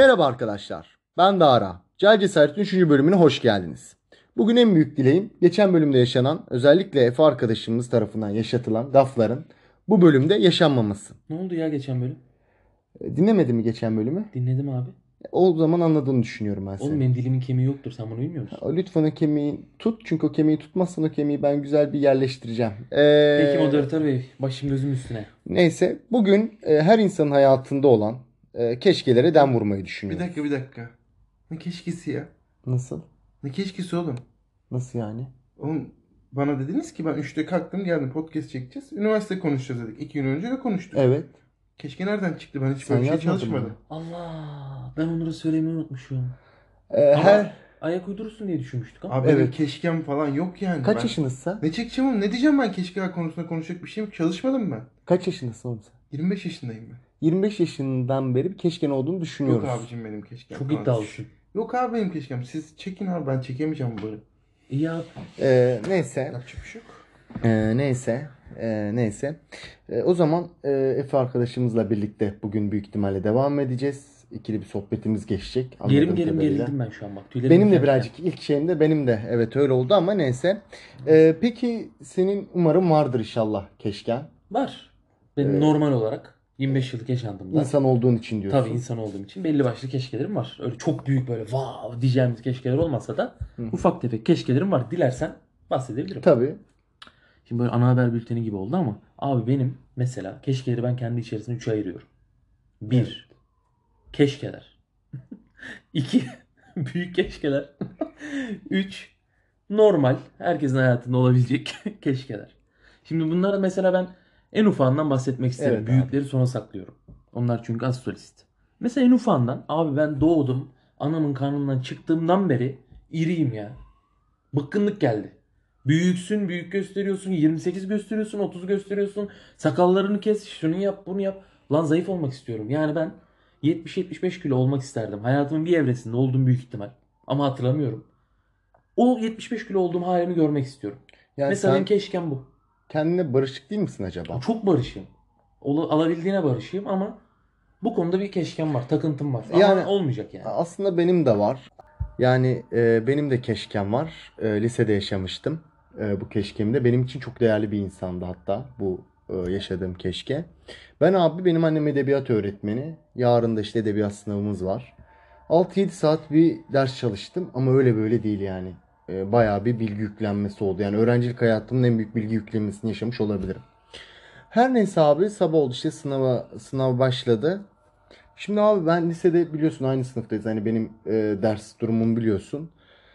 Merhaba arkadaşlar. Ben Dara. Cahil Cesaret'in 3. bölümüne hoş geldiniz. Bugün en büyük dileğim geçen bölümde yaşanan, özellikle Efe arkadaşımız tarafından yaşatılan gafların bu bölümde yaşanmaması. Ne oldu ya geçen bölüm? Dinlemedin mi geçen bölümü? Dinledim abi. O zaman anladığını düşünüyorum ben Oğlum seni. benim dilimin kemiği yoktur. Sen bunu bilmiyor musun? Lütfen o kemiği tut, çünkü o kemiği tutmazsan o kemiği ben güzel bir yerleştireceğim. Peki moderatör bey. Başım gözüm üstüne. Neyse, bugün her insanın hayatında olan keşkelere dem vurmayı Bir düşünüyorum. dakika. Ne keşkesi ya? Nasıl? Ne keşkesi oğlum? Nasıl yani? Oğlum bana dediniz ki ben 3'te kalktım geldim podcast çekeceğiz. Üniversite konuşacağız dedik. 2 gün önce de konuştuk. Evet. Keşke nereden çıktı? Ben hiç Sen böyle bir şey yazmadın çalışmadım. mı? Allah. Ben onları söylemeyi unutmuşum. Her Ayak uydurursun diye düşünmüştük ama. Abi benim Evet. keşkem falan yok yani. Kaç Ben yaşındasın? ne çekeceğim oğlum? Ne diyeceğim ben keşkeler konusunda konuşacak bir şey mi? Çalışmadım ben. Kaç yaşındasın oğlum sen? 25 yaşındayım ben. 25 yaşından beri bir keşken olduğunu düşünüyoruz. Yok abicim benim keşkem Çok falan. iddialısın. Yok abi benim keşkem. Siz çekin abi, ben çekemeyeceğim bu bölüm. İyi ya. Neyse. Yapacak bir şey yok. Neyse. O zaman Efe arkadaşımızla birlikte bugün büyük ihtimalle devam edeceğiz. İkili bir sohbetimiz geçecek. Gerim anladığım gerim kadarıyla. gerildim ben şu an bak. Tüylerim Benim de diken birazcık ilk şeyimde benim de evet öyle oldu ama neyse. Peki senin umarım vardır inşallah keşken. diken. Var. Benim normal olarak 25 yıllık yaşantımda. İnsan olduğun için diyorsun. Tabii insan olduğum için belli başlı keşkelerim var. Öyle çok büyük böyle wow diyeceğimiz keşkeler olmasa da ufak tefek keşkelerim var. Dilersen bahsedebilirim. Tabii. Şimdi böyle ana haber bülteni gibi oldu ama abi benim mesela keşkeleri ben kendi içerisinde 3'e ayırıyorum. 1. Keşkeler. 2. Büyük keşkeler. 3. Normal. Herkesin hayatında olabilecek keşkeler. Şimdi bunlara mesela ben en ufağından bahsetmek isterim. Evet abi. Büyükleri sona saklıyorum. Onlar çünkü az solist. Mesela en ufağından abi ben doğdum. Anamın karnından çıktığımdan beri iriyim ya. Bıkkınlık geldi. Büyüksün, büyük gösteriyorsun, 28 gösteriyorsun, 30 gösteriyorsun. Sakallarını kes, şunu yap, bunu yap. Lan zayıf olmak istiyorum. Yani ben 70-75 kilo olmak isterdim. Hayatımın bir evresinde olduğum büyük ihtimal. Ama hatırlamıyorum. O 75 kilo olduğum halimi görmek istiyorum. Yani Mesela sen benim keşkem bu. kendine barışık değil misin acaba? Çok barışığım. Alabildiğine barışığım ama bu konuda bir keşkem var, takıntım var. Ama Yani olmayacak yani. aslında benim de var. Yani benim de keşkem var. Lisede yaşamıştım. Bu keşkemde. Benim için çok değerli bir insandı hatta bu yaşadığım keşke. Benim annem edebiyat öğretmeni. Yarın da işte edebiyat sınavımız var. 6-7 saat bir ders çalıştım ama öyle böyle değil yani. Bayağı bir bilgi yüklenmesi oldu. Yani öğrencilik hayatımın en büyük bilgi yüklenmesini yaşamış olabilirim. Her neyse abi, sabah oldu işte, sınav başladı. Şimdi abi ben lisede biliyorsun aynı sınıftayız. Hani benim ders durumumu biliyorsun.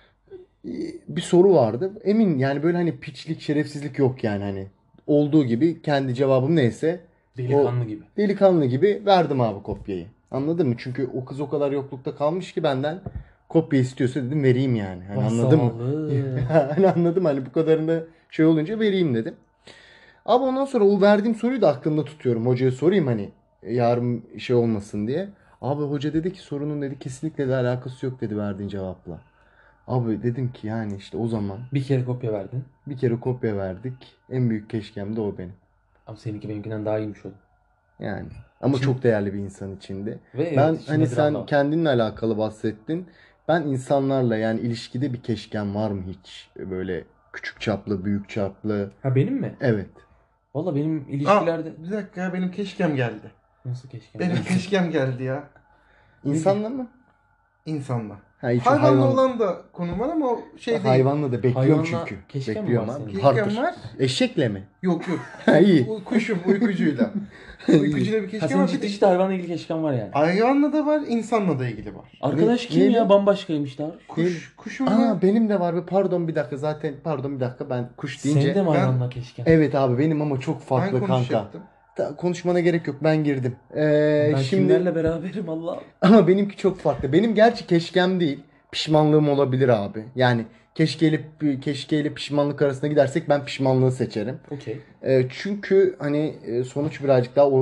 Bir soru vardı. Emin yani, böyle hani piçlik, şerefsizlik yok yani, hani. Olduğu gibi kendi cevabım neyse Delikanlı gibi. delikanlı gibi verdim abi kopyayı. Anladın mı? Çünkü o kız o kadar yoklukta kalmış ki benden kopya istiyorsa dedim vereyim yani. Hani anladın mı? Hani anladım, hani bu kadarında şey olunca vereyim dedim. Abi ondan sonra o verdiğim soruyu da aklımda tutuyorum. Hocaya sorayım hani yarın şey olmasın diye. Abi hoca dedi ki sorunun dedi kesinlikle de alakası yok dedi verdiğin cevapla. Abi dedim ki yani işte o zaman Bir kere kopya verdin. bir kere kopya verdik. En büyük keşkem de o benim. Ama seninki benimkinden daha iyiymiş oldu. Yani ama Şimdi- çok değerli bir insan içinde. Ve Ben evet, içinde hani dram sen da var. kendinle alakalı bahsettin. Ben insanlarla yani ilişkide bir keşkem var mı hiç? Böyle küçük çaplı, büyük çaplı. Ha benim mi? Evet. Valla benim ilişkilerde... Bir dakika ya, benim keşkem geldi. Nasıl keşke? Benim keşkem geldi ya. İnsanla mı? İnsanla. Ha, hiç o Hayvanla olan da konum var ama o şey değil. Hayvanla da bekliyorum Hayvanla çünkü. keşke mi Bekliyorum var abi. senin? Vardır. Keşkem var. Eşekle mi? Yok. Ha, iyi. Kuşum uykucuyla. Uykucuyla bir Ha keşkem senin var. ciddi ciddi hayvanla ilgili keşken var yani. Hayvanla da var, insanla da ilgili var. Arkadaş kim neydi? ya? Bambaşkaymış daha. Kuşum Aa, var. benim de var. Pardon bir dakika, zaten pardon bir dakika, ben kuş deyince. Senin de mi Ben- hayvanla keşken? Evet abi, benim ama çok Ben farklı kanka. konuşacaktım. Konuşmana gerek yok, ben girdim. Ben Şimdi kimlerle beraberim Allah. ama benimki çok farklı. Benim gerçi keşkem değil. Pişmanlığım olabilir abi. Yani keşkeyle pişmanlık arasında gidersek ben pişmanlığı seçerim. Okey. Çünkü hani sonuç birazcık daha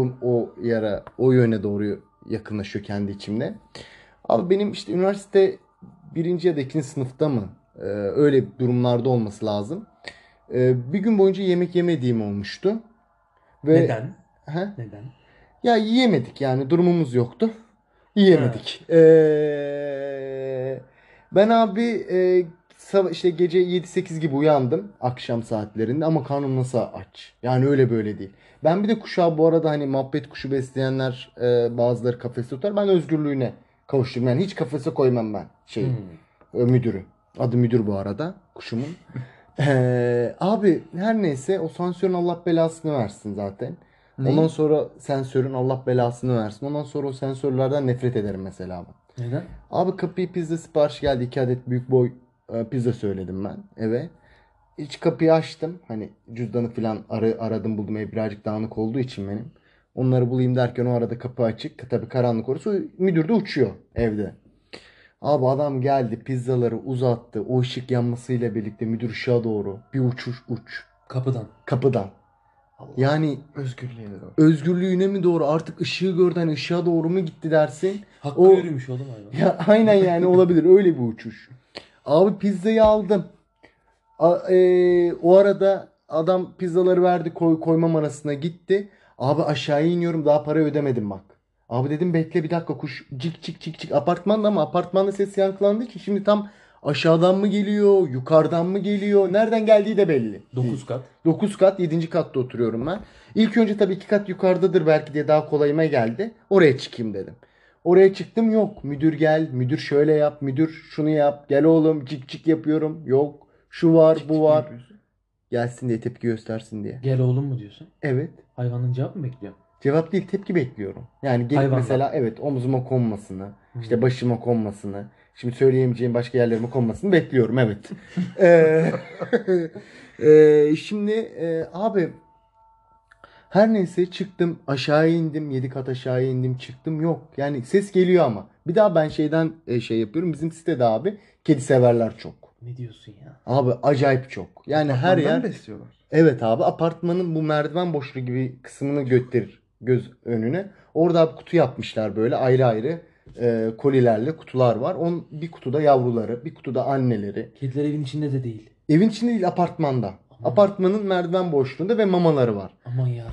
o yöne doğru yakınlaşıyor kendi içimde. Abi benim işte üniversite birinci ya da ikinci sınıfta mı? Öyle durumlarda olması lazım. Bir gün boyunca yemek yemediğim olmuştu. Ve Neden? He? Neden? Ya yiyemedik yani, durumumuz yoktu. Yiyemedik. Ben abi işte gece 7-8 gibi uyandım akşam saatlerinde ama karnım nasıl aç. Yani öyle böyle değil. Ben bir de kuşağı bu arada hani muhabbet kuşu besleyenler bazıları kafeste tutar. Ben özgürlüğüne kavuştum. Yani hiç kafese koymam ben şeyi. Müdürü. Adı müdür bu arada kuşumun. Abi her neyse o sansörün Allah belasını versin zaten. Neyi? Ondan sonra sensörün Allah belasını versin. Ondan sonra o sensörlerden nefret ederim mesela ben. Neden? Abi kapıya pizza sipariş geldi. 2 adet büyük boy pizza söyledim ben eve. İç kapıyı açtım. Hani cüzdanı falan aradım buldum. Ev birazcık dağınık olduğu için benim. Onları bulayım derken o arada kapı açık. Tabii karanlık orası. Müdür de uçuyor evde. Abi adam geldi pizzaları uzattı. O ışık yanmasıyla birlikte müdür ışığa doğru. Bir uç. Kapıdan. Kapıdan. Yani Özgürlüğe doğru. özgürlüğüne mi doğru artık ışığı gördü hani ışığa doğru mu gitti dersin. Hakkı O yürümüş oğlum hayvan. ya aynen yani olabilir öyle bir uçuş. Abi pizzayı aldım. O arada adam pizzaları verdi koymam arasına gitti. Abi aşağıya iniyorum daha para ödemedim bak. Abi dedim bekle bir dakika kuş cik cik cik cik apartmanda ama apartmanda ses yankılandığı için şimdi tam aşağıdan mı geliyor yukarıdan mı geliyor nereden geldiği de belli. 9 kat. 9 kat 7. katta oturuyorum ben. İlk önce tabii 2 kat yukarıdadır belki diye daha kolayıma geldi. Oraya çıkayım dedim. Oraya çıktım yok. Müdür gel. Müdür şöyle yap. Müdür şunu yap. Gel oğlum cik cik yapıyorum. Yok. Şu var bu var. Gelsin diye tepki göstersin diye. Gel oğlum mu diyorsun? Evet. Hayvanın cevap mı bekliyor? Cevap değil tepki bekliyorum. Yani gelip Hayvandan. mesela evet omzuma konmasını. İşte başıma konmasını. Şimdi söyleyemeyeceğim başka yerlerime konmasını bekliyorum evet. Eee, şimdi abi her neyse çıktım aşağıya indim 7 kat aşağıya indim çıktım yok yani ses geliyor ama bir daha ben şeyden şey yapıyorum bizim sitede abi kedi severler çok Ne diyorsun ya? abi acayip çok yani her Apartmandan yer besliyorlar. evet abi apartmanın bu merdiven boşluğu gibi kısmını gösterir göz önüne orada bir kutu yapmışlar böyle ayrı ayrı kolilerle kutular var bir kutuda yavruları bir kutuda anneleri Kediler evin içinde de değil. evin içinde değil apartmanda apartmanın merdiven boşluğunda ve mamaları var. Aman ya.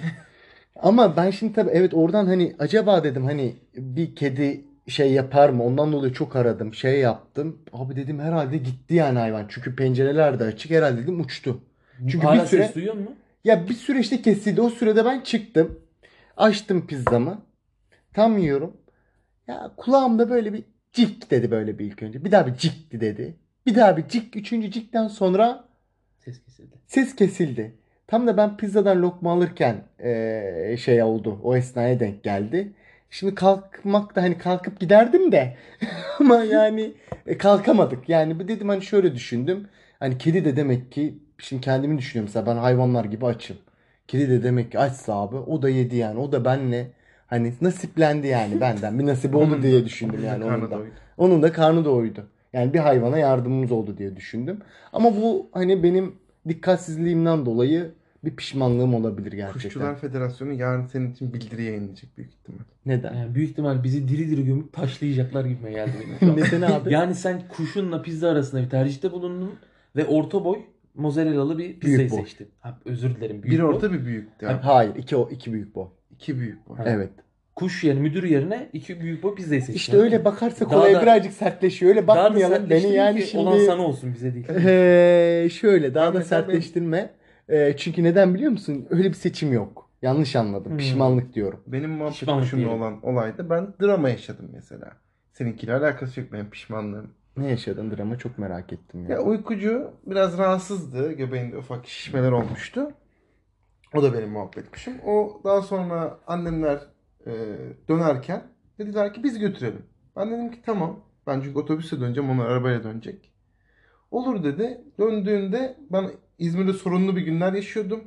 Ama ben şimdi tabii evet oradan hani acaba dedim hani bir kedi şey yapar mı? Ondan dolayı çok aradım. Şey yaptım. Abi dedim herhalde gitti yani hayvan. Çünkü pencereler de açık. Herhalde dedim uçtu. Çünkü Hala bir süre ses duyuyor musun? ya bir süre işte kesildi. O sürede ben çıktım. Açtım pizzamı. Tam yiyorum. Ya kulağımda böyle bir cik dedi böyle bir ilk önce. Bir daha bir cikti dedi. Bir daha bir cik. Üçüncü cikten sonra Ses kesildi. ses kesildi. Tam da ben pizzadan lokma alırken şey oldu. O esnaya denk geldi. Şimdi kalkmak da hani kalkıp giderdim de ama yani kalkamadık. Yani bu dedim hani şöyle düşündüm. Hani kedi de demek ki şimdi kendimi düşünüyorum mesela ben hayvanlar gibi açım. Kedi de demek ki açsa abi o da yedi yani. O da benle hani nasiplendi yani benden. Bir nasibi oldu diye düşündüm Onun da yani karnı onun da. doydu. Onun da karnı doydu. Yani bir hayvana yardımımız oldu diye düşündüm. Ama bu hani benim dikkatsizliğimden dolayı bir pişmanlığım olabilir gerçekten. Kuşçular Federasyonu yarın senin için bildiri yayınlayacak büyük ihtimal. Neden? Yani büyük ihtimal bizi diri diri gömüp taşlayacaklar gibime geldi benim şu an. Neden abi? Yani sen kuşunla pizza arasında bir tercihte bulundun ve orta boy mozzarellalı bir pizzayı Büyük boy. seçtin. Ha, özür dilerim. Bir Büyük boy. orta bir büyük. Yani. Hayır, iki büyük boy. İki büyük bu. Ha. Evet. Kuş yani müdür yerine 2 büyük boy pizzayı seçtin. İşte öyle bakarsak Daha olay da- birazcık sertleşiyor. Öyle Daha da bakmayalım. Beni sertleştirin yani ki şimdi olan sana olsun bize değil. şöyle daha Ben da mesela sertleştirme. Çünkü neden biliyor musun? Öyle bir seçim yok. Yanlış anladım. Hmm. Pişmanlık diyorum. Benim muhabbet Pişmanlık kuşumla diyelim. olan olayda ben drama yaşadım mesela. Seninkiyle alakası yok benim pişmanlığım. Ne yaşadın drama çok merak ettim ya. Ya uykucu biraz rahatsızdı. Göbeğinde ufak şişmeler olmuştu. O da benim muhabbet kuşum. O daha sonra annemler dönerken dediler ki biz götürelim. Ben dedim ki tamam. Ben çünkü otobüse döneceğim. Onlar arabayla dönecek. Olur dedi. Döndüğünde ben İzmir'de sorunlu bir günler yaşıyordum.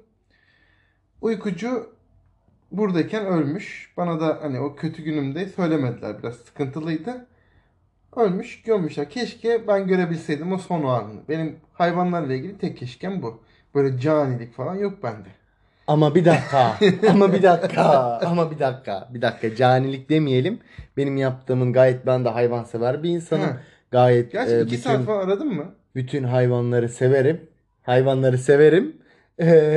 Uykucu buradayken ölmüş. Bana da hani o kötü günümde söylemediler. Biraz sıkıntılıydı. Ölmüş, gömmüşler. Keşke ben görebilseydim o son anını. Benim hayvanlarla ilgili tek keşkem bu. Böyle canilik falan yok bende. Ama bir dakika. Bir dakika. Canilik demeyelim. Benim yaptığımın gayet ben de hayvansever bir insanım. Ha. Gayet Gerçi 2 saat falan aradın mı? bütün hayvanları severim. Hayvanları severim.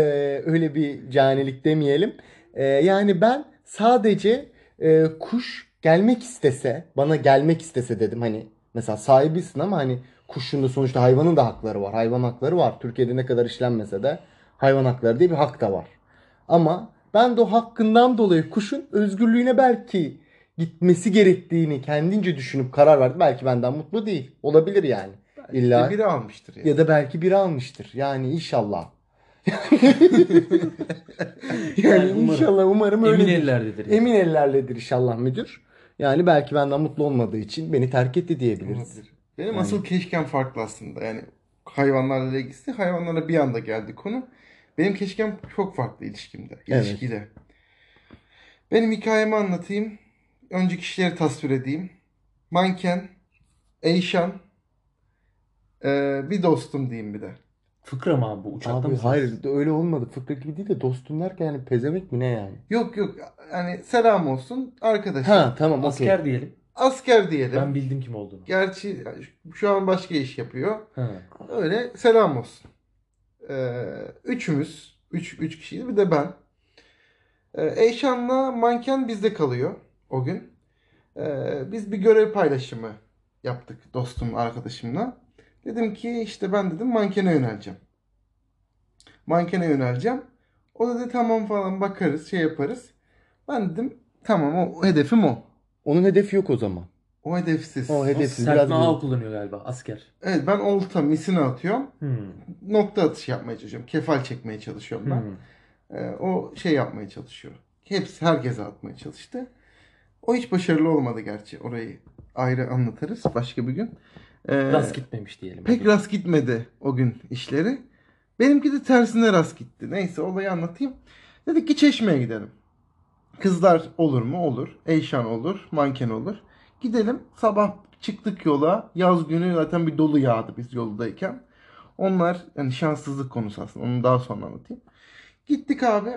Öyle bir canilik demeyelim. Yani ben sadece kuş gelmek istese, bana gelmek istese dedim hani mesela sahibisin ama hani kuşun da sonuçta hayvanın da hakları var. Hayvan hakları var. Türkiye'de ne kadar işlenmese de hayvan hakları diye bir hak da var. Ama ben de o hakkından dolayı kuşun özgürlüğüne belki gitmesi gerektiğini kendince düşünüp karar verdim. Belki benden mutlu değil. Olabilir yani. İşte İlla biri almıştır ya. ya da belki biri almıştır. Yani inşallah. Yani umarım. inşallah umarım Emin öyledir. ellerdedir yani. Emin ellerledir inşallah müdür. Yani belki benden mutlu olmadığı için beni terk etti diyebiliriz. Olabilir. Benim Yani- asıl keşkem farklı aslında. Yani hayvanlarla ilgisi, hayvanlara bir anda geldi konu. Benim keşkem çok farklı ilişkimde, Evet. ilişkide. Benim hikayemi anlatayım. Önce kişileri tasvir edeyim. Manken, Eyşan, bir dostum diyeyim bir de. Fıkra mı abi bu? Uçakta Abi mısınız? hayır öyle olmadı. Fıkra gibi değil de dostum derken yani pezemek mi ne yani? Yok yok, yani selam olsun arkadaşım. Ha tamam okey. Asker diyelim. Asker diyelim. Ben bildim kim olduğunu. Gerçi şu an başka iş yapıyor. Ha. Öyle selam olsun. Üç kişiydi bir de ben. Eyşan'la manken bizde kalıyor o gün. Biz bir görev paylaşımı yaptık dostum arkadaşımla. Dedim ki işte ben dedim mankene yöneleceğim. Mankene yöneleceğim. O da dedi tamam falan bakarız şey yaparız. Ben dedim tamam o hedefim o. Onun hedefi yok o zaman. O hedefsiz. O O hedefsiz biraz serpme ağ kullanıyor galiba asker. Evet ben olta misini atıyorum. Hmm. Nokta atışı yapmaya çalışıyorum. Kefal çekmeye çalışıyorum ben. Hmm. O şey yapmaya çalışıyor. Herkese atmaya çalıştı. O hiç başarılı olmadı gerçi. Orayı ayrı anlatırız başka bir gün. Rast gitmemiş diyelim. Pek rast gitmedi o gün işleri. Benimki de tersine rast gitti. Neyse olayı anlatayım. Dedik ki Çeşme'ye gidelim. Kızlar olur mu? Olur. Eyşan olur. Manken olur. Gidelim. Sabah çıktık yola. Yaz günü zaten bir dolu yağdı biz yoldayken. Onlar yani şanssızlık konusu aslında. Onu daha sonra anlatayım. Gittik abi.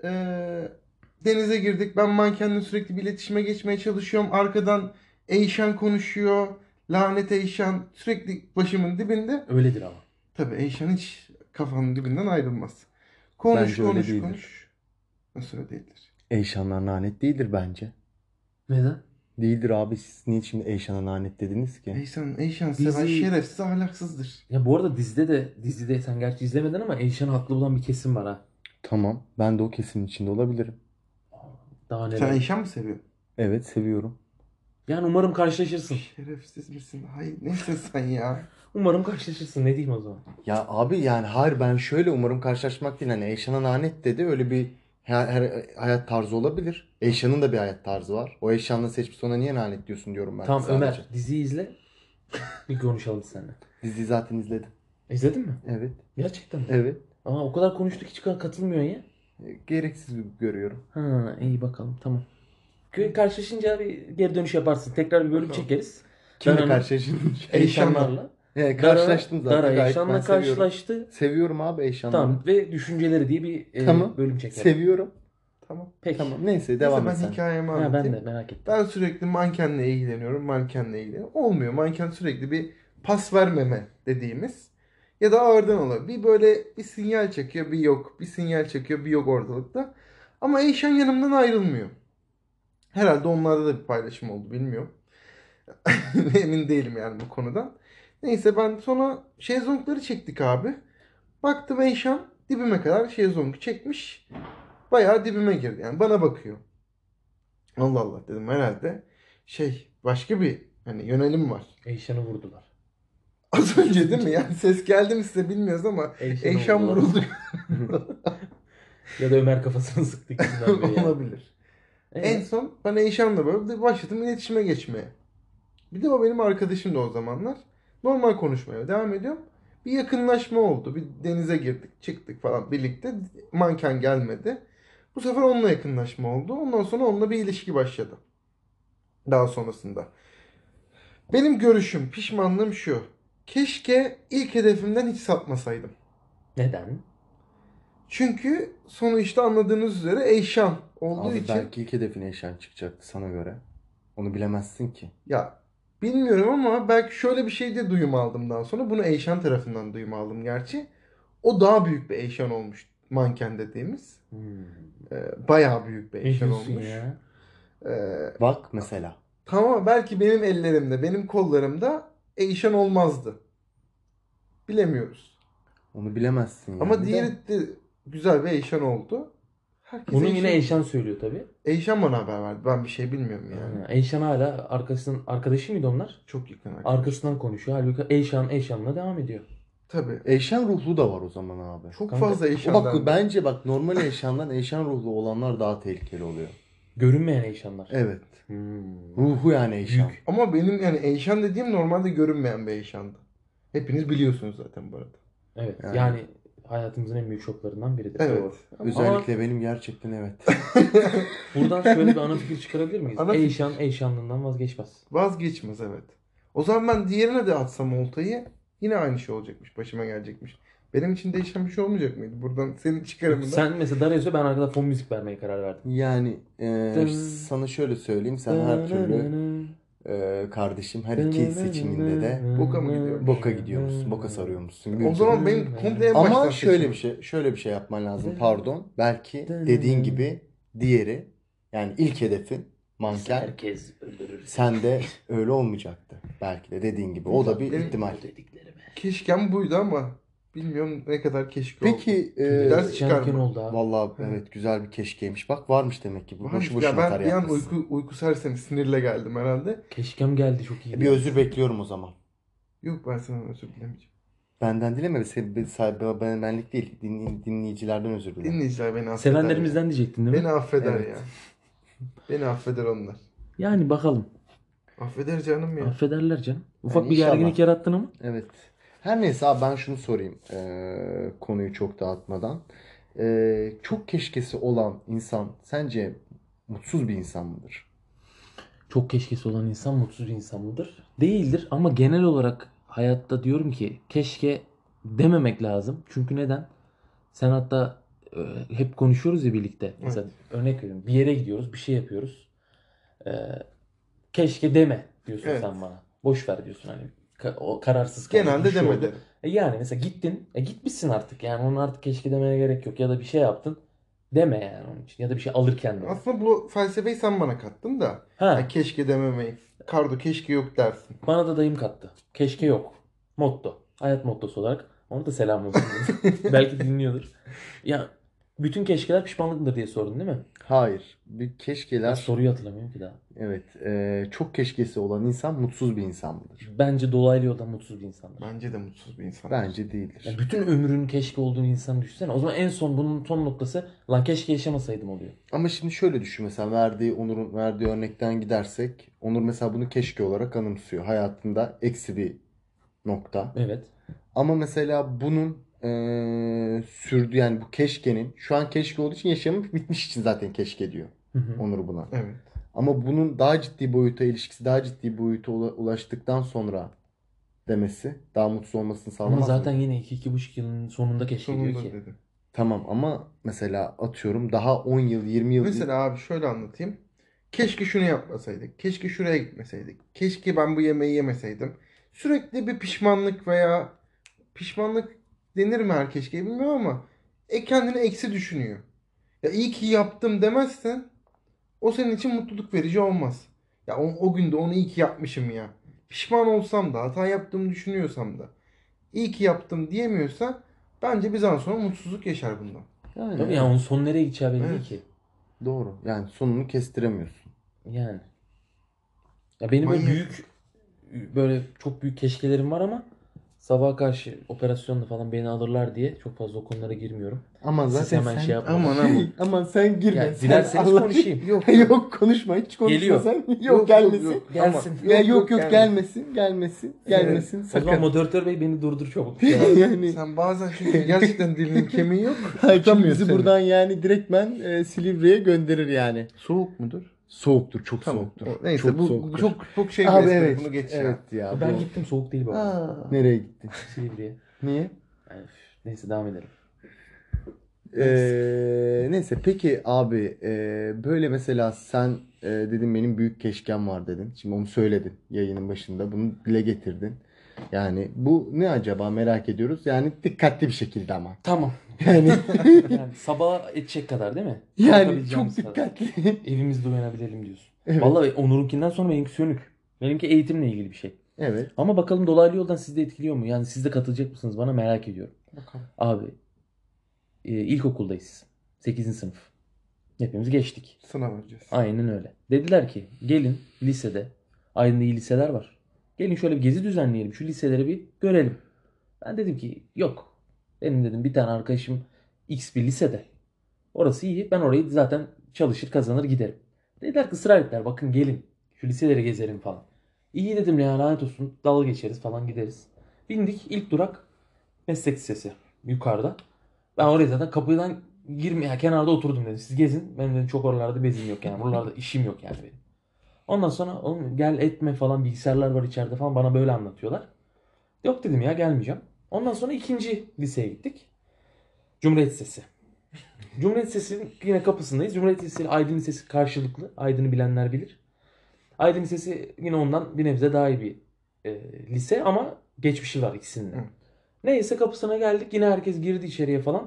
Denize girdik. Ben mankenle sürekli bir iletişime geçmeye çalışıyorum. Arkadan Eyşan konuşuyor. Lanet Eyşan sürekli başımın dibinde. Öyledir ama. Tabii Eyşan hiç kafanın dibinden ayrılmaz. Konuş Bence öyle konuş değildir. konuş. Nasıl öyle değildir? Eyşanlar lanet değildir bence. Neden? Değildir abi siz niye şimdi Eyşan'a lanet dediniz ki? Eyşan seven Dizi- şerefsiz ahlaksızdır. Ya bu arada dizide sen gerçi izlemedin ama Eyşan haklı bulan bir kesim var ha. Tamam ben de o kesimin içinde olabilirim. Daha neler. Sen Eyşan mı seviyorsun? Evet seviyorum. Yani umarım karşılaşırsın. Şerefsiz misin? Hayır neyse sen ya. Umarım karşılaşırsın. Ne diyeyim o zaman? Ya abi yani hayır ben şöyle umarım karşılaşmak değil. Hani Eyşan'a lanet dedi öyle bir hayat tarzı olabilir. Eyşan'ın da bir hayat tarzı var. O Eyşan'la seçip sonra niye lanet diyorsun diyorum ben Tamam sadece. Ömer diziyi izle. Bir konuşalım seninle. Diziyi zaten izledim. İzledin mi? Evet. Gerçekten mi? Evet. Ama o kadar konuştuk hiç katılmıyorsun ya. Gereksiz görüyorum. Ha iyi bakalım tamam. Karşılaşınca bir geri dönüş yaparsın. Tekrar bir bölüm Tamam. çekeriz. Kimle Dara'nın- karşılaştın? Eyşanlarla. Karşılaştım zaten. Dara Gayet ben Eyşan'la seviyorum. karşılaştı. Seviyorum abi Eyşan'ları. Tamam ve düşünceleri diye bir Tamam. bölüm çekelim. Seviyorum. Tamam. Peki. Tamam. Neyse Neyse devam ben et sen. hikayemi Ha, ben anlatayım. de merak ettim. Ben sürekli mankenle ilgileniyorum. Mankenle ilgileniyorum. Olmuyor. Manken sürekli bir pas vermeme dediğimiz. Ya da ağırdan oluyor. Bir böyle bir sinyal çekiyor bir yok. Bir sinyal çekiyor bir yok ortalıkta. Ama Eyşan yanımdan ayrılmıyor. Herhalde onlarda da bir paylaşım oldu bilmiyorum. Emin değilim yani bu konudan. Neyse ben sonra şezlongları çektik abi. Baktım Eyşan dibime kadar şezlongu çekmiş. Bayağı dibime girdi. Yani bana bakıyor. Allah Allah dedim herhalde. Başka bir hani yönelim var. Eyşan'ı vurdular. Az önce değil mi? Yani ses geldi mi size bilmiyoruz ama Eyşan vuruldu. Ya da Ömer kafasını sıktı ikisinden biri yani. Olabilir. En Evet. son ben Eyşan'la böyle başladım iletişime geçmeye. Bir de o benim arkadaşım da o zamanlar. Normal konuşmaya devam ediyorum. Bir yakınlaşma oldu. Bir denize girdik, çıktık falan birlikte. Manken gelmedi. Bu sefer onunla yakınlaşma oldu. Ondan sonra onunla bir ilişki başladı. Daha sonrasında. Benim görüşüm, pişmanlığım şu. Keşke ilk hedefimden hiç sapmasaydım. Neden? Çünkü sonu işte anladığınız üzere Eyşan olduğu Abi için. belki ilk hedefine Eyşan çıkacaktı sana göre. Onu bilemezsin ki. Ya bilmiyorum ama belki şöyle bir şey de duyum aldım daha sonra. Bunu Eyşan tarafından duyum aldım gerçi. O daha büyük bir Eyşan olmuş. Manken dediğimiz. Bayağı büyük bir Ne Eyşan diyorsun olmuş. ya? Bak mesela. Tamam, belki benim ellerimde, benim kollarımda Eyşan olmazdı. Bilemiyoruz. Onu bilemezsin Ama yani diğeri de. de güzel bir Eyşan oldu. Herkes Bunu yine Eyşan söylüyor tabii. Eyşan bana haber verdi. Ben bir şey bilmiyorum yani. Ha, Eyşan hala arkadaşı mıydı onlar? Çok yakın arkadaş. Arkasından konuşuyor. Halbuki Eyşan'la devam ediyor. Tabii. Eyşan ruhlu da var o zaman abi. Çok Kanka, fazla O Eyşan'dan. bak bence bak normal Eyşan'dan Eyşan ruhlu olanlar daha tehlikeli oluyor. Görünmeyen Eyşanlar. Evet. Hmm. Ruhu yani Eyşan. Büyük. Ama benim yani Eyşan dediğim normalde görünmeyen bir Eyşan'dı. Hepiniz biliyorsunuz zaten bu arada. Evet. Yani- Yani hayatımızın en büyük şoklarından biridir. Evet. Doğru. Özellikle benim gerçekten evet. Buradan şöyle bir ana fikir çıkarabilir miyiz? Ana fikir. Eyşan Eyşanlığından vazgeçmez. Vazgeçmez, evet. O zaman ben diğerine de atsam oltayı yine aynı şey olacakmış. Başıma gelecekmiş. Benim için değişen bir şey olmayacak mıydı? Buradan senin çıkarımında. Sen mesela Darius'a ben arkada fon müzik vermeye karar verdim. Yani sana şöyle söyleyeyim, sen her türlü kardeşim her iki seçiminde de Boka mı gidiyormuş? boka gidiyormuşsun, boka sarıyormuşsun. O zaman benim komple en baştan Ama şöyle seçimim. bir şey yapman lazım. Pardon. Belki dediğin gibi diğeri, yani ilk hedefin manken, Herkes öldürür. sen de öyle olmayacaktı. Belki de dediğin gibi. O da bir Benim- ihtimal. Dediklerime. Keşkem buydu ama bilmiyorum ne kadar keşke oldu. Peki Ders çıkarma. Şenken oldu ha. vallahi evet, güzel bir keşkeymiş. Bak varmış demek ki. Bu Varmış. boşu boşuna Ya ben atar bir an yapmışsın. uyku sersemi sinirle geldim herhalde. Keşkem geldi çok iyi. Bir özür bekliyorum o zaman. Yok, ben sana özür dilemeyeceğim. Benden dileme. Benlik değil. Dinleyicilerden özür dilerim. Dinleyiciler beni affeder. Sevenlerimizden diyecektin değil mi? Beni affeder Evet. ya. Beni affeder onlar. Yani bakalım. Affeder canım ya. Affederler canım. Ufak bir inşallah. gerginlik yarattın ama. Evet. Her neyse abi, ben şunu sorayım. Konuyu çok dağıtmadan. Çok keşkesi olan insan sence mutsuz bir insan mıdır? Çok keşkesi olan insan mutsuz bir insan mıdır? Değildir ama genel olarak hayatta diyorum ki keşke dememek lazım. Çünkü neden? Sen hatta hep konuşuyoruz ya birlikte. Mesela örnek veriyorum. Bir yere gidiyoruz, bir şey yapıyoruz. E, keşke deme diyorsun Evet. sen bana. Boş ver diyorsun hani. O kararsız kalmış, Genelde bir şey demedi. oldu. Yani mesela gittin. Gitmişsin artık. Yani onun artık keşke demeye gerek yok. Ya da bir şey yaptın. Deme yani onun için. Ya da bir şey alırken de. Aslında bu felsefeyi sen bana kattın da. Ha. Ya keşke dememeyi. Kardo keşke yok dersin. Bana da dayım kattı. Keşke yok. Motto. Hayat mottosu olarak. Ona da selam olsun. Belki dinliyordur. Ya bütün keşkeler pişmanlıktır diye sordun değil mi? Hayır. Bir Ben keşkeler, soruyu hatırlamıyorum ki daha. evet, çok keşkesi olan insan mutsuz bir insan mıdır? Bence dolaylı yoldan mutsuz bir insandır. Bence de mutsuz bir insan. Bence değildir. Ya bütün ömrünün keşke olduğunu insan düşünsene. O zaman en son bunun son noktası lan keşke yaşamasaydım oluyor. Ama şimdi şöyle düşün, mesela Onur'un verdiği örnekten gidersek, Onur mesela bunu keşke olarak anımsıyor. Hayatında eksi bir nokta. Evet. Ama mesela bunun sürdü, yani bu keşkenin şu an keşke olduğu için yaşamış, bitmiş için zaten keşke diyor Hı hı. Onur buna. Evet. Ama bunun daha ciddi boyuta ilişkisi, daha ciddi boyuta ulaştıktan sonra demesi daha mutsuz olmasını Ama sağlamaz zaten mı? yine 2-2,5 yılın sonunda keşke diyor Sonunda ki. dedim. Tamam ama mesela atıyorum daha 10 yıl 20 yıl Mesela abi şöyle anlatayım. Keşke şunu yapmasaydık. Keşke şuraya gitmeseydik. Keşke ben bu yemeği yemeseydim. Sürekli bir pişmanlık veya pişmanlık denir mi her keşke bilmiyorum ama kendini eksi düşünüyor. Ya iyi ki yaptım demezsen o senin için mutluluk verici olmaz. Ya o günde onu iyi ki yapmışım ya. Pişman olsam da hata yaptığımı düşünüyorsam da iyi ki yaptım diyemiyorsa bence bir zaman sonra mutsuzluk yaşar bundan. yani Tabii yani onun son nereye gideceği belli değil Evet. ki. doğru. Yani sonunu kestiremiyorsun. Yani. Ya benim böyle Manyak. büyük böyle çok büyük keşkelerim var ama sabaha karşı operasyonda falan beni alırlar diye çok fazla o konulara girmiyorum. Ama Siz zaten hemen sen şey yapmayın. Aman. aman sen girme. Yani Sen dilerseniz Allah- konuşayım. Yok. Yok konuşma, hiç konuşma Geliyor. sen. Yok gelmesin. Gelsin. Ya yok gelmesin. Gelmesin. Evet. O zaman Sakın. moderatör bey beni durdur çabuk. Yani Sen bazen çünkü gerçekten dilinin kemiği yok. şimdi Tutamıyor bizi seni. buradan yani direktmen Silivri'ye gönderir yani. Soğuk mudur? Soğuktur, çok Tamam. soğuktur. Neyse Çok bu soğuktur. çok şey bir Abi espri. evet. Bunu geç ya. Evet ya. Ben bu- gittim soğuk değil bu arada. Nereye gittin? Silivri'ye. Niye? Yani, neyse devam edelim. Neyse peki abi, böyle mesela sen dedin benim büyük keşkem var dedin. Şimdi onu söyledin yayının başında. Bunu dile getirdin. Yani bu ne acaba, merak ediyoruz. Yani dikkatli bir şekilde ama. Tamam. Yani Yani sabaha edecek kadar değil mi? yani Kalkabileceğimiz çok kadar. dikkatli. Evimizde uyanabilelim diyorsun. Evet. Vallahi Onur'unkinden sonra benimki sönük. Benimki eğitimle ilgili bir şey. Evet. Ama bakalım dolaylı yoldan sizi de etkiliyor mu? Yani siz de katılacak mısınız bana, merak ediyorum. Bakalım. Abi ilkokuldayız. 8. sınıf. Hepimiz geçtik. Sınav vereceğiz. Aynen öyle. Dediler ki gelin lisede, Aydın'da iyi liseler var. Gelin şöyle bir gezi düzenleyelim. Şu liseleri bir görelim. Ben dedim ki yok. Benim dedim bir tane arkadaşım X bir lisede. Orası iyi. Ben orayı zaten çalışır kazanır giderim. Dediler ki ısrar ettiler. Bakın gelin. Şu liseleri gezelim falan. İyi dedim ya, lanet olsun. Dalga geçeriz falan gideriz. Bindik. İlk durak meslek lisesi. Yukarıda. Ben oraya zaten kapıdan girmeye kenarda oturdum dedim. Siz gezin. Benim dedim çok oralarda bezim yok yani. Buralarda işim yok yani benim. Ondan sonra oğlum gel etme falan, bilgisayarlar var içeride falan, bana böyle anlatıyorlar. Yok dedim ya, gelmeyeceğim. Ondan sonra ikinci liseye gittik. Cumhuriyet Lisesi. Cumhuriyet Lisesi'nin yine kapısındayız. Cumhuriyet Lisesi ile Aydın Lisesi karşılıklı. Aydın'ı bilenler bilir. Aydın Lisesi yine ondan bir nebze daha iyi bir lise ama geçmişi var ikisinin de. Hı. Neyse kapısına geldik. Yine herkes girdi içeriye falan.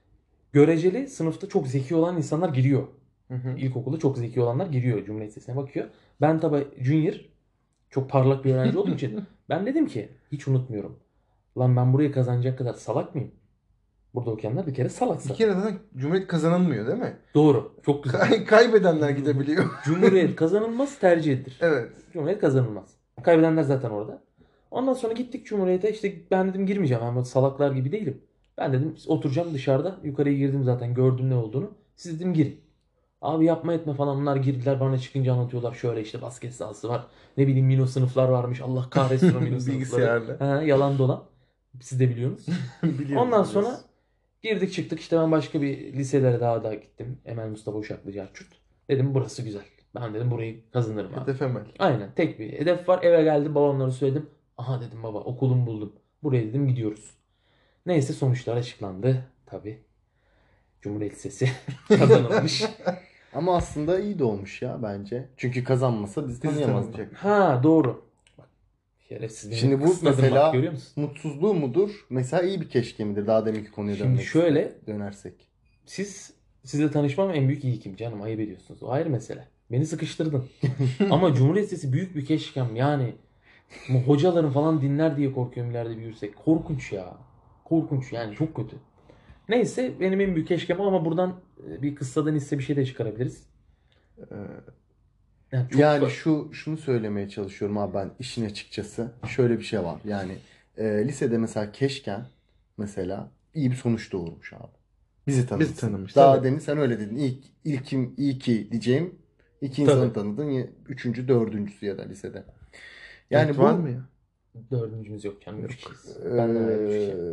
Göreceli sınıfta çok zeki olan insanlar giriyor. Hı hı. İlkokulda çok zeki olanlar giriyor. Cumhuriyet Lisesi'ne bakıyor. Ben tabii junior, çok parlak bir öğrenci olduğum için ben dedim ki hiç unutmuyorum. Lan ben burayı kazanacak kadar salak mıyım? Burada okuyanlar bir kere salaksa. Bir kere zaten Cumhuriyet kazanılmıyor değil mi? Doğru. Çok güzel. Kaybedenler gidebiliyor. Cumhuriyet kazanılmaz, tercih edilir. Evet. Cumhuriyet kazanılmaz. Kaybedenler zaten orada. Ondan sonra gittik Cumhuriyet'e. İşte ben dedim girmeyeceğim. Ben böyle salaklar gibi değilim. Ben dedim oturacağım dışarıda. Yukarıya girdim zaten. Gördüm ne olduğunu. Siz dedim girin. Abi yapma etme falan. Bunlar girdiler, bana çıkınca anlatıyorlar. Şöyle işte basket sahası var. Ne bileyim Mino sınıflar varmış. Allah kahretsin o Mino sınıfları. Bilgisayarla. Ha, yalan dolan. Siz de biliyorsunuz. Biliyoruz, Ondan biliyoruz. sonra girdik çıktık, işte ben başka bir liselere daha gittim. Emel Mustafa Uşaklı Carçurt. Dedim burası güzel. Ben dedim burayı kazanırım abi. Hedef Emel. Aynen, tek bir hedef var. Eve geldim, babamlara söyledim. Aha dedim baba, okulumu buldum. Buraya dedim gidiyoruz. Neyse sonuçlar açıklandı. Tabii Cumhuriyet Lisesi kazanılmış. Ama aslında iyi de olmuş ya bence. Çünkü kazanmasa bizi Bizi tanıyamazdı. tanımayacak. Ha doğru. Bak, şerefsiz beni Şimdi bu kısmadın mesela bak, görüyor musun? mutsuzluğu mudur? Mesela iyi bir keşke midir? Daha deminki konuya Şimdi dönmek şöyle, dönersek. sizle tanışmam en büyük iyikim canım, ayıp ediyorsunuz. O ayrı mesele. Beni sıkıştırdın. Ama Cumhuriyet Lisesi büyük bir keşkem yani. Bu hocaların falan dinler diye korkuyorum ileride büyürsek. Korkunç ya. Korkunç yani, çok kötü. Neyse benim en büyük keşkem o, ama buradan bir kıssadan hisse bir şey de çıkarabiliriz. Ee, Yani çok Yani şunu söylemeye çalışıyorum abi ben işin açıkçası. Şöyle bir şey var. Yani lisede mesela keşken mesela iyi bir sonuç doğurmuş abi. Bizi tanımışsın. tanımış, Daha tabii. demin sen öyle dedin. İlkim iyi ki diyeceğim. İki Tabii. insanı tanıdın. Üçüncü, dördüncüsü ya da lisede. Yani dört bu var mı ya? dördüncümüz yok canım. Üç kişiyiz. Ee, Benden ayrı bir şey.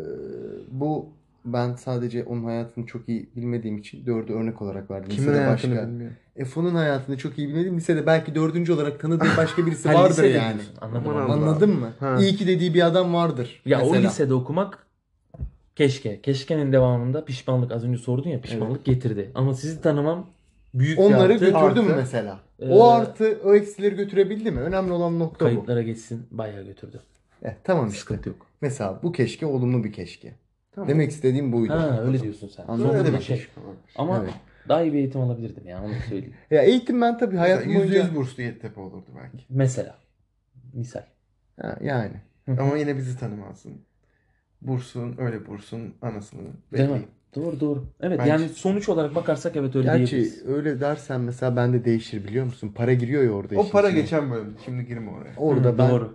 bu ben sadece onun hayatını çok iyi bilmediğim için dördü örnek olarak verdim. Kimin Lisede hayatını başka. bilmiyorum. Efe'nin hayatını çok iyi bilmediğim, lisede belki dördüncü olarak tanıdığım başka birisi Ha, vardır lisede yani. diyorsun. Anladım, Aman anladım. Allah. Anladın mı? Ha. İyi ki dediği bir adam vardır. Ya o mesela. lisede okumak keşke. Keşkenin devamında pişmanlık, az önce sordun ya, pişmanlık getirdi. Ama sizi tanımam büyük Onları bir artı. götürdü mü Artı. mesela? O Ee, artı o eksileri götürebildi mi? Önemli olan nokta bu. Kayıtlara geçsin, bayağı götürdü. Tamam işte. Sıkıntı yok. Mesela bu keşke olumlu bir keşke. Tamam. Demek istediğim buydu. Ha öyle diyorsun sen. Anladım. Sonunda Öyle bir şey. keşke olmuş. Ama Evet. daha iyi bir eğitim alabilirdim ya, onu söyleyeyim. Ya eğitim ben tabii hayatım Mesela boyunca... %100 burslu Yeditepe olurdu belki. Mesela. Misal. Ha, yani. Ama yine bizi tanımazsın. Bursun, öyle bursun, anasını Değil mi? belli. Doğru doğru. Evet Bence- yani sonuç olarak bakarsak evet öyle Gerçi diyebiliriz. öyle dersen mesela bende değişir biliyor musun? Para giriyor ya orada O işin para içine. geçen bölüm. Şimdi girme oraya. Orada ben Doğru.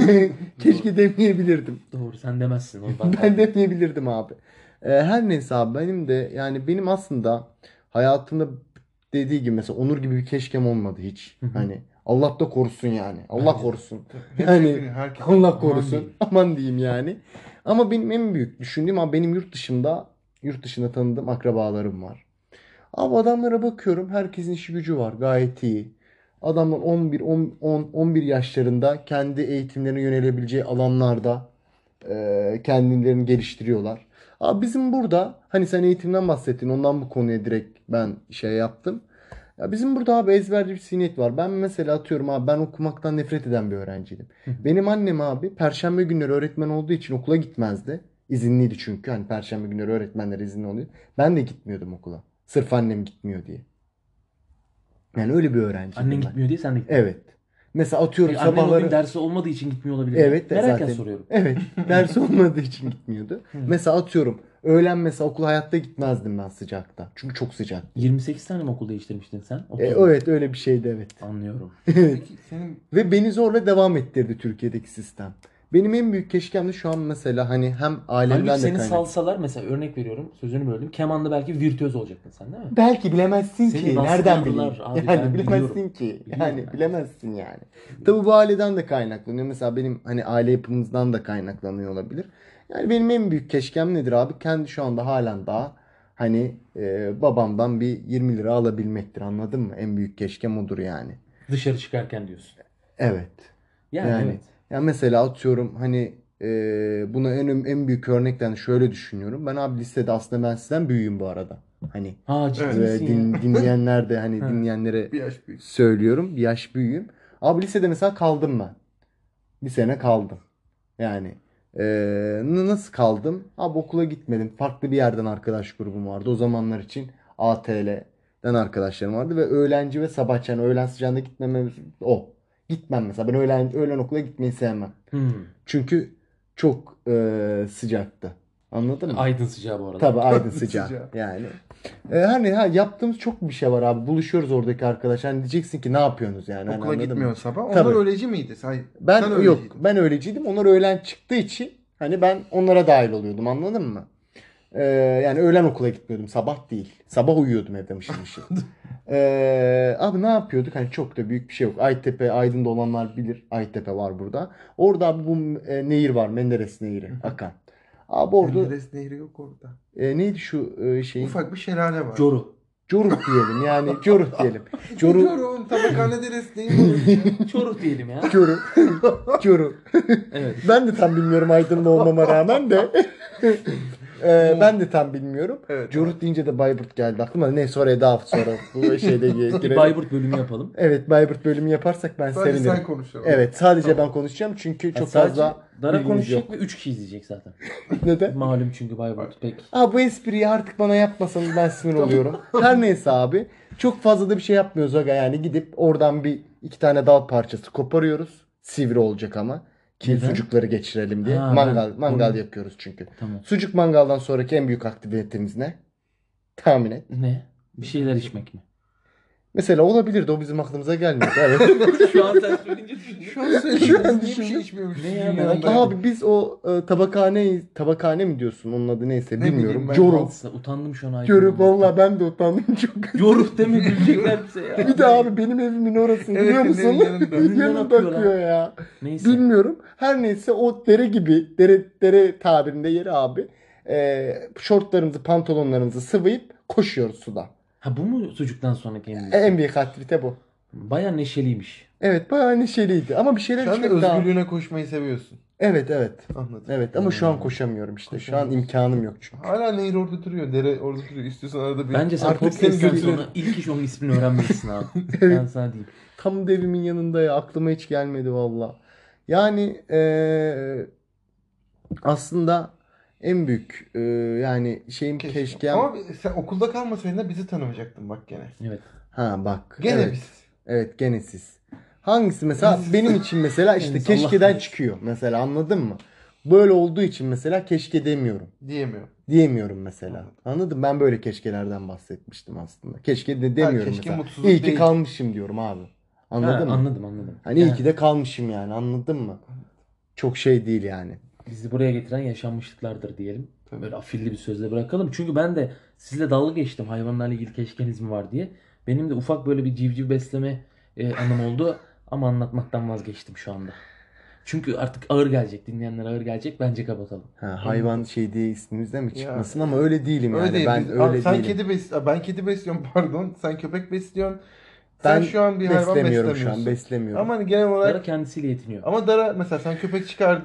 keşke demeyebilirdim. Doğru, sen demezsin. O Ben demeyebilirdim abi. Her neyse abi benim de yani benim aslında hayatımda dediği gibi mesela Onur gibi bir keşkem olmadı hiç. Hı hı. Hani Allah da korusun yani. Allah Bence de. korusun. Hepsi Yani birbirine, herkes- Allah Aman korusun. diyeyim. Aman diyeyim yani. Ama benim en büyük düşündüğüm abi benim yurt dışında tanıdığım akrabalarım var. Abi adamlara bakıyorum. Herkesin işi gücü var. Gayet iyi. Adamlar 11, 10, 11 yaşlarında kendi eğitimlerine yönelebileceği alanlarda kendilerini geliştiriyorlar. Abi bizim burada hani sen eğitimden bahsettin. Ondan bu konuya direkt ben şey yaptım. Ya bizim burada abi ezberci bir zihniyet var. Ben mesela atıyorum abi ben okumaktan nefret eden bir öğrenciydim. Benim annem abi perşembe günleri öğretmen olduğu için okula gitmezdi. İzinliydi çünkü. Hani perşembe günleri öğretmenler izinli oluyor. Ben de gitmiyordum okula. Sırf annem gitmiyor diye. Yani öyle bir öğrenciydim Annen ben. gitmiyor diye sen de gitmiyorsun. Evet. Mesela atıyorum Peki annen o gün sabahları dersi olmadığı için gitmiyor olabilir mi? evet de Merakla zaten soruyorum. evet ders olmadığı için gitmiyordu. Mesela atıyorum öğlen mesela okula hayatta gitmezdim ben sıcakta. Çünkü çok sıcak. 28 tane mi okul değiştirmiştin sen? 30 mu? Evet öyle bir şeydi evet. Anlıyorum. Peki senin Ve beni zorla devam ettirdi Türkiye'deki sistem. Benim en büyük keşkem de şu an mesela hani hem Halbuki ailemden de seni kaynak. salsalar mesela örnek veriyorum sözünü böldüm. Kemanda belki virtüöz olacaktın sen değil mi? Belki bilemezsin Seni ki. nasıl Nereden aldılar bileyim? abi, Yani ben bilemezsin biliyorum. ki. Biliyorum Yani ben. bilemezsin yani. Tabii bu aileden de kaynaklanıyor. Mesela benim hani aile yapımızdan da kaynaklanıyor olabilir. Yani benim en büyük keşkem nedir abi? Kendi şu anda halen daha hani babamdan bir 20 lira alabilmektir. Anladın mı? En büyük keşkem odur yani. Dışarı çıkarken diyorsun. Evet. Yani Yani evet. ya mesela atıyorum hani buna en büyük örnekten şöyle düşünüyorum. Ben abi lisede aslında ben sizden büyüğüm bu arada. Hani Ha ciddi Evet. misin ya? dinleyenler de hani Ha. dinleyenlere bir yaş büyük. söylüyorum. Bir yaş büyüğüm. Abi lisede mesela kaldım ben. Bir sene kaldım. Yani nasıl kaldım? Abi okula gitmedim. Farklı bir yerden arkadaş grubum vardı. O zamanlar için ATL'den arkadaşlarım vardı ve öğlenci ve sabahçı. Yani öğlen sıcağında gitmemem o. Gitmem mesela. Ben öğlen okula gitmeyi sevmem. Hmm. Çünkü çok sıcaktı. Anladın mı? Aydın sıcağı bu arada. Tabii Aydın Aydın sıcağı. sıcağı. Yani. Hani yaptığımız çok bir şey var abi. Buluşuyoruz oradaki arkadaşlar. Hani diyeceksin ki ne yapıyorsunuz yani? Hani Okula anladın mı? gitmiyor sabah. Onlar Tabii. öğleci miydi? Sen Ben yok. öğleciydin. Ben öğleciydim. Onlar öğlen çıktığı için hani ben onlara dahil oluyordum. Anladın mı? Yani öğlen okula gitmiyordum. Sabah değil. Sabah uyuyordum evde mışıl mışıl. Abi ne yapıyorduk? Hani çok da büyük bir şey yok. Aytepe, Aydın'da olanlar bilir. Aytepe var burada. Orada abi bu nehir var. Menderes Nehri. Akan. Abi orada Menderes Nehri yok orada. neydi şu şeyin? Ufak bir şelale var. Coru. Coruh diyelim yani. Coruh diyelim. Coruh. Çorum tabakhane deresi değil mi orası ya? Çoruh diyelim ya. Coruh. Coruh. Evet. Ben de tam bilmiyorum Aydın'da olmama rağmen de. Ben de tam bilmiyorum. Evet. Coruh deyince de Bayburt geldi aklıma. Neyse oraya daha sonra bu şeyde Bir girelim. Bayburt bölümü yapalım. Evet Bayburt bölümü yaparsak ben Sadece sevinirim. sen konuşalım. Evet sadece ben konuşacağım çünkü çok fazla Dara bilginiz konuşacak yok. ve 3 kişi izleyecek zaten. Neden? Malum çünkü Bayburt pek. Bu espriyi artık bana yapmasanız ben sinir oluyorum. Her neyse abi. Çok fazla da bir şey yapmıyoruz aga yani gidip oradan bir iki tane dal parçası koparıyoruz. Sivri olacak ama. Ki Neden? sucukları geçirelim diye. Ha, Mangal onu- yapıyoruz çünkü. Tamam. Sucuk mangaldan sonraki en büyük aktivitemiz ne? Tahmin et. Ne? Bir şeyler içmek mi? Mesela olabilirdi o bizim aklımıza gelmedi. Evet. Şu an sen söyleyince düşündüm. Şu an söylüyorsun. an Niye bir şey düşündüm. içmiyormuş? Ne ya, Dünyanın merak da- Abi biz o tabakhane mi diyorsun onun adı neyse Ne bilmiyorum. bileyim ben. Coruh. Utandım şu an Aydın Görüp olmaktan. valla ben de utandım çok. Yoruh deme gülecekler bize ya. Bir de abi benim evimin orası Evet, biliyor benim musun? yanında. Önünden Yanında akıyor akıyor lan. ya. Neyse. Bilmiyorum. Her neyse o dere gibi dere tabirinde yeri abi. Şortlarımızı pantolonlarımızı sıvayıp koşuyoruz suda. Ha bu mu sucuktan sonraki en büyük? En büyük aktivite bu. Baya neşeliymiş. Evet bayağı neşeliydi ama bir şeyler Sen de içmek daha. özgürlüğüne koşmayı seviyorsun. Evet. Anladım. Evet ama şu an koşamıyorum işte. Şu an Koşamıyorsun. imkanım yok çünkü. Hala nehir orada duruyor. Dere orada duruyor. İstiyorsan arada bir... Bence sen Artık podcast'ten seni götürelim. sonra ilk iş onun ismini öğrenmelisin abi. Evet. Ben sana diyeyim. Tam da evimin yanında ya. Aklıma hiç gelmedi valla. Yani aslında en büyük yani şeyim keşkem. Ama sen okulda kalmasaydın da bizi tanımayacaktın bak gene. Evet. Ha bak. Gene evet. biz. Evet gene siz. Hangisi mesela benim için mesela işte Yalnız Allah keşkeden bilir. çıkıyor mesela anladın mı? Böyle olduğu için mesela keşke demiyorum. Diyemiyor. Diyemiyorum mesela. Anladım. Anladın mı? Ben böyle keşkelerden bahsetmiştim aslında. Keşke de demiyorum keşke mesela. mutsuzluk İyi ki değil. kalmışım diyorum abi. Anladın mı? Anladım. Hani iyi Yani ki de kalmışım yani anladın mı? Çok şey değil yani. bizi buraya getiren yaşanmışlıklardır diyelim. Tabii. Böyle afilli bir sözle bırakalım. Çünkü ben de sizle dalga geçtim hayvanlarla ilgili keşkeniz mi var diye. Benim de ufak böyle bir civciv besleme anım oldu. Ama anlatmaktan vazgeçtim şu anda. Çünkü artık ağır gelecek. Dinleyenler ağır gelecek. Bence kapatalım. Hayvan şey diye ismimizde mi çıkmasın ama öyle değilim Öyle yani. değil. Ben öyle sen değilim. ben kedi besliyorum pardon. Sen köpek besliyorsun. Sen Ben şu an bir hayvan beslemiyorum şu beslemiyorsun. an beslemiyorum. Ama hani genel olarak Dara kendisiyle yetiniyor. ama Dara mesela sen köpek çıkar.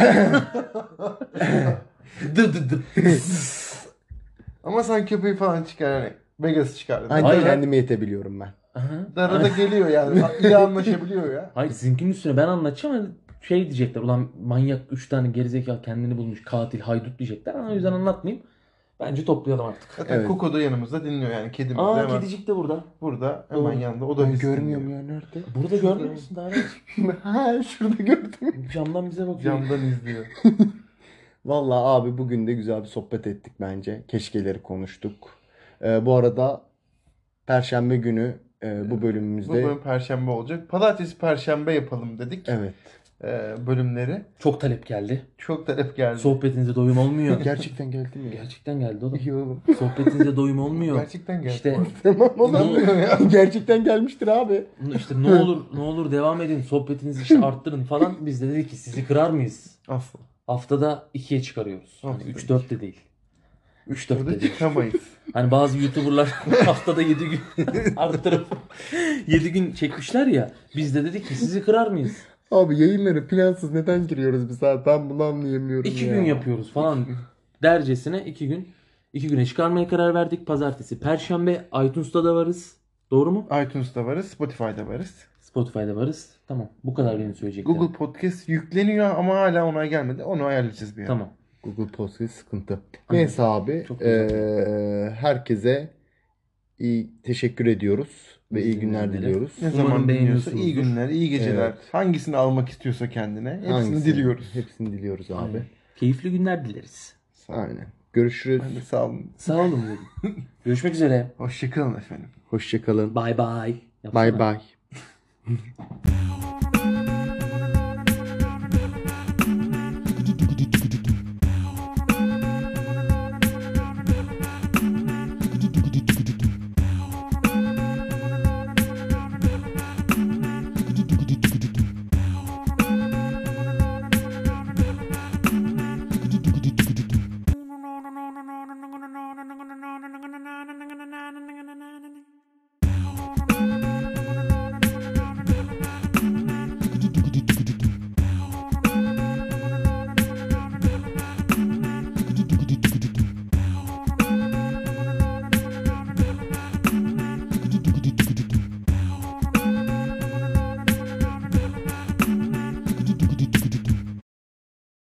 Ama sen köpeği falan çıkar hani. Vegas çıkardın. Ancak Hayır. kendime yetebiliyorum ben. Aha. Dara da geliyor yani. İyi anlaşabiliyor ya. Hayır sizinkinin üstüne ben anlatacağım ama şey diyecekler. Ulan manyak 3 tane gerizekalı kendini bulmuş katil haydut diyecekler. Ama o yüzden anlatmayayım. Bence toplayalım artık. Zaten Evet. Koko da yanımızda dinliyor yani. Kedimiz de Aa, hemen kedicik de burada. burada hemen Doğru. yanında. O da Ben bizi görmüyorum dinliyor. ya, nerede? Burada görmüyor musun Tarık? Ha, şurada gördüm. Camdan bize bakıyor. Camdan izliyor. Vallahi abi bugün de güzel bir sohbet ettik bence. Keşkeleri konuştuk. Bu arada Perşembe günü bu Bu bölümümüzde bölüm Perşembe olacak. Pazartesi, Perşembe yapalım dedik. evet. Bölümleri. Çok talep geldi. Çok talep geldi. Sohbetinize doyum olmuyor. Gerçekten geldi mi? Gerçekten geldi oğlum. İyi oğlum. Sohbetinize doyum olmuyor. Gerçekten geldi. İşte Tamam oğlum. İnanmıyorum ya. Gerçekten gelmiştir abi. işte ne olur devam edin. Sohbetinizi işte arttırın falan. Biz de dedik ki sizi kırar mıyız? Asla. Haftada 2'ye çıkarıyoruz. Hani Haftada 3-4 de değil. 3-4 Burada de değil. çıkamayız. Hani bazı YouTuber'lar haftada 7 gün arttırıp 7 gün çekmişler ya. Biz de dedik ki sizi kırar mıyız? Abi yayınları plansız neden giriyoruz biz abi? Ben bunu anlayamıyorum 2 ya. gün yapıyoruz falan dercesine 2 gün. 2 güne çıkarmaya karar verdik. Pazartesi, Perşembe iTunes'ta da varız. Doğru mu? iTunes'ta varız, Spotify'da varız. Spotify'da varız. Tamam. Bu kadar benim söyleyeceklerim. Google Podcast yükleniyor ama hala onay gelmedi. Onu ayarlayacağız bir ara. Tamam. Google Podcast sıkıntı. Neyse abi. Çok güzel. Herkese iyi teşekkür ediyoruz ve iyi günler dinleyenlere. diliyoruz. Ne Umarım zaman dinliyorsa beğeniyorsunuzdur. iyi günler, iyi geceler. Evet. Hangisini almak istiyorsa kendine hepsini Hangisini? diliyoruz. Hepsini diliyoruz abi. Aynen. Keyifli günler dileriz. Aynen. Görüşürüz. Ben de sağ olun. Sağ olun dedim. Görüşmek üzere. Hoşçakalın efendim. Hoşça kalın. Bye bye. Bye bye.